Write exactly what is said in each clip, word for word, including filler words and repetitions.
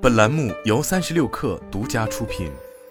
本栏目由三十六氪独家出品。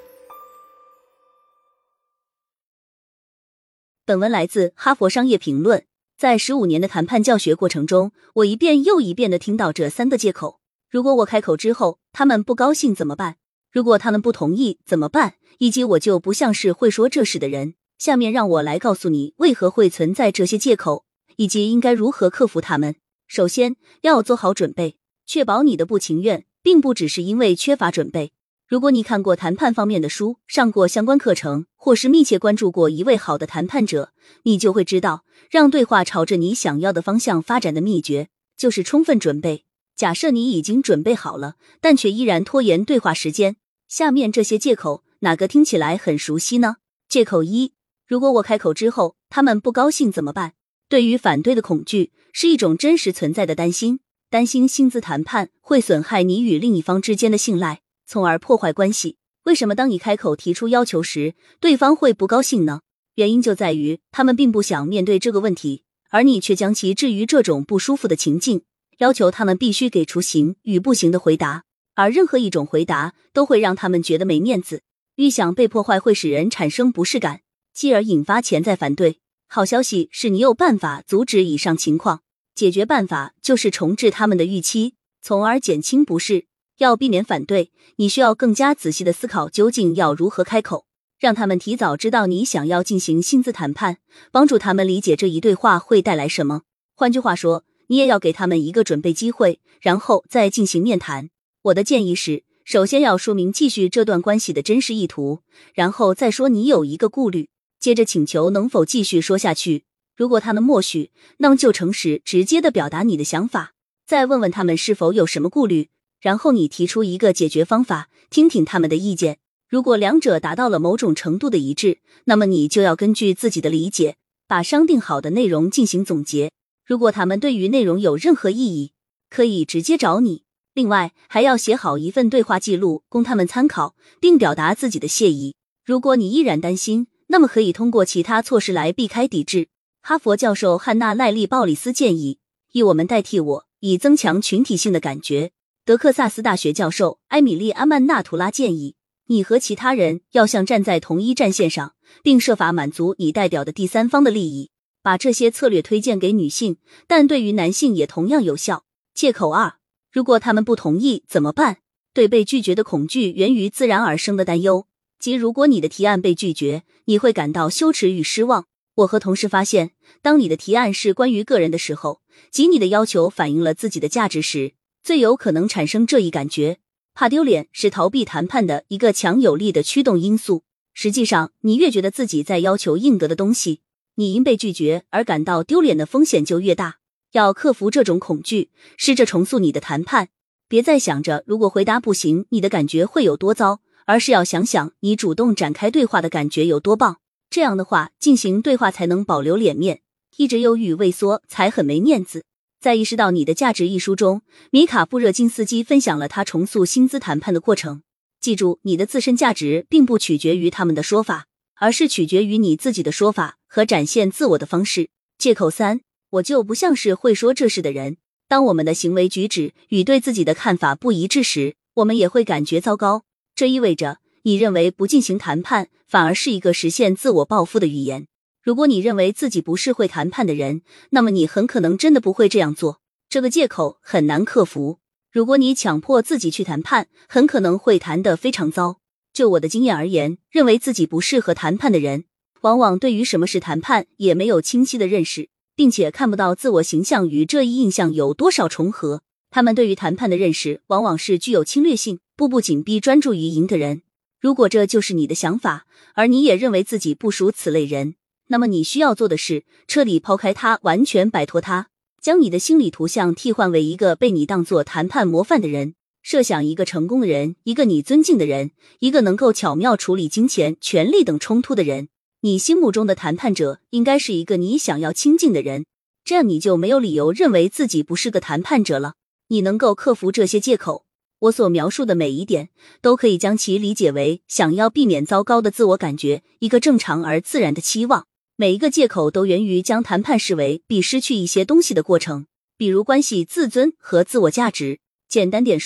本文来自哈佛商业评论。在十五年的谈判教学过程中，我一遍又一遍地听到这三个借口。如果我开口之后，他们不高兴怎么办？如果他们不同意怎么办？以及我就不像是会说这事的人。下面让我来告诉你为何会存在这些借口，以及应该如何克服它们。首先，要做好准备，确保你的不情愿并不只是因为缺乏准备。如果你看过谈判方面的书，上过相关课程，或是密切关注过一位好的谈判者，你就会知道，让对话朝着你想要的方向发展的秘诀，就是充分准备。假设你已经准备好了，但却依然拖延对话时间，下面这些借口，哪个听起来很熟悉呢？借口一，如果我开口之后，他们不高兴怎么办？对于反对的恐惧，是一种真实存在的担心，担心薪资谈判会损害你与另一方之间的信赖，从而破坏关系。为什么当你开口提出要求时，对方会不高兴呢？原因就在于他们并不想面对这个问题，而你却将其置于这种不舒服的情境，要求他们必须给出行与不行的回答，而任何一种回答都会让他们觉得没面子。预想被破坏会使人产生不适感，继而引发潜在反对。好消息是你有办法阻止以上情况，解决办法就是重置他们的预期，从而减轻不适。要避免反对，你需要更加仔细地思考究竟要如何开口，让他们提早知道你想要进行薪资谈判，帮助他们理解这一对话会带来什么。换句话说，你也要给他们一个准备机会，然后再进行面谈。我的建议是，首先要说明继续这段关系的真实意图，然后再说你有一个顾虑，接着请求能否继续说下去。如果他们默许，那么就诚实直接地表达你的想法，再问问他们是否有什么顾虑，然后你提出一个解决方法，听听他们的意见。如果两者达到了某种程度的一致，那么你就要根据自己的理解，把商定好的内容进行总结。如果他们对于内容有任何异议，可以直接找你。另外，还要写好一份对话记录供他们参考，并表达自己的谢意。如果你依然担心，那么可以通过其他措施来避开抵制。哈佛教授汉娜·赖利·鲍里斯建议，以我们代替我，以增强群体性的感觉。德克萨斯大学教授埃米莉·阿曼纳图拉建议，你和其他人要像站在同一战线上，并设法满足你代表的第三方的利益。把这些策略推荐给女性，但对于男性也同样有效。借口二，如果他们不同意怎么办？对被拒绝的恐惧源于自然而生的担忧，即如果你的提案被拒绝，你会感到羞耻与失望。我和同事发现，当你的提案是关于个人的时候，即你的要求反映了自己的价值时，最有可能产生这一感觉。怕丢脸是逃避谈判的一个强有力的驱动因素。实际上，你越觉得自己在要求应得的东西，你因被拒绝而感到丢脸的风险就越大。要克服这种恐惧，试着重塑你的谈判，别再想着如果回答不行，你的感觉会有多糟，而是要想想你主动展开对话的感觉有多棒。这样的话，进行对话才能保留脸面，一直犹豫畏缩才很没面子。在意识到你的价值一书中，米卡布热金斯基分享了他重塑薪资谈判的过程。记住，你的自身价值并不取决于他们的说法，而是取决于你自己的说法和展现自我的方式。借口三，我就不像是会说这事的人。当我们的行为举止与对自己的看法不一致时，我们也会感觉糟糕。这意味着你认为不进行谈判反而是一个实现自我报复的语言。如果你认为自己不是会谈判的人，那么你很可能真的不会这样做。这个借口很难克服。如果你强迫自己去谈判，很可能会谈得非常糟。就我的经验而言，认为自己不适合谈判的人，往往对于什么是谈判也没有清晰的认识，并且看不到自我形象与这一印象有多少重合。他们对于谈判的认识往往是具有侵略性、步步紧逼、专注于赢的人。如果这就是你的想法，而你也认为自己不属此类人，那么你需要做的是彻底抛开它，完全摆脱它，将你的心理图像替换为一个被你当作谈判模范的人。设想一个成功的人，一个你尊敬的人，一个能够巧妙处理金钱、权力等冲突的人。你心目中的谈判者应该是一个你想要亲近的人，这样你就没有理由认为自己不是个谈判者了。你能够克服这些借口，我所描述的每一点都可以将其理解为想要避免糟糕的自我感觉，一个正常而自然的期望。每一个借口都源于将谈判视为必失去一些东西的过程，比如关系、自尊和自我价值。简单点说，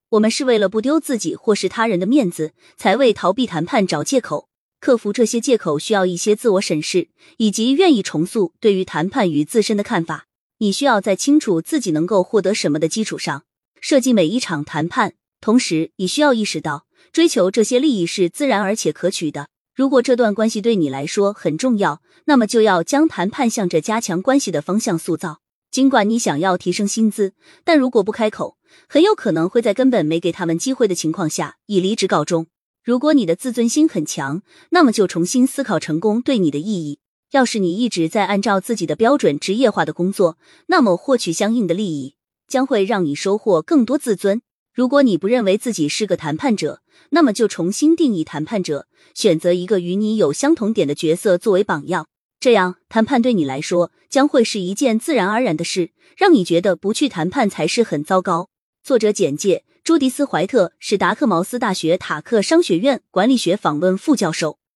我们是为了不丢自己或是他人的面子，才为逃避谈判找借口。克服这些借口需要一些自我审视，以及愿意重塑对于谈判与自身的看法。你需要在清楚自己能够获得什么的基础上，设计每一场谈判。同时，你需要意识到，追求这些利益是自然而且可取的。如果这段关系对你来说很重要，那么就要将谈判向着加强关系的方向塑造。尽管你想要提升薪资，但如果不开口，很有可能会在根本没给他们机会的情况下以离职告终。如果你的自尊心很强，那么就重新思考成功对你的意义。要是你一直在按照自己的标准职业化的工作，那么获取相应的利益将会让你收获更多自尊。如果你不认为自己是个谈判者，那么就重新定义谈判者，选择一个与你有相同点的角色作为榜样。这样，谈判对你来说将会是一件自然而然的事，让你觉得不去谈判才是很糟糕。作者简介：朱迪斯·怀特是达克茅斯大学塔克商学院管理学访问副教授。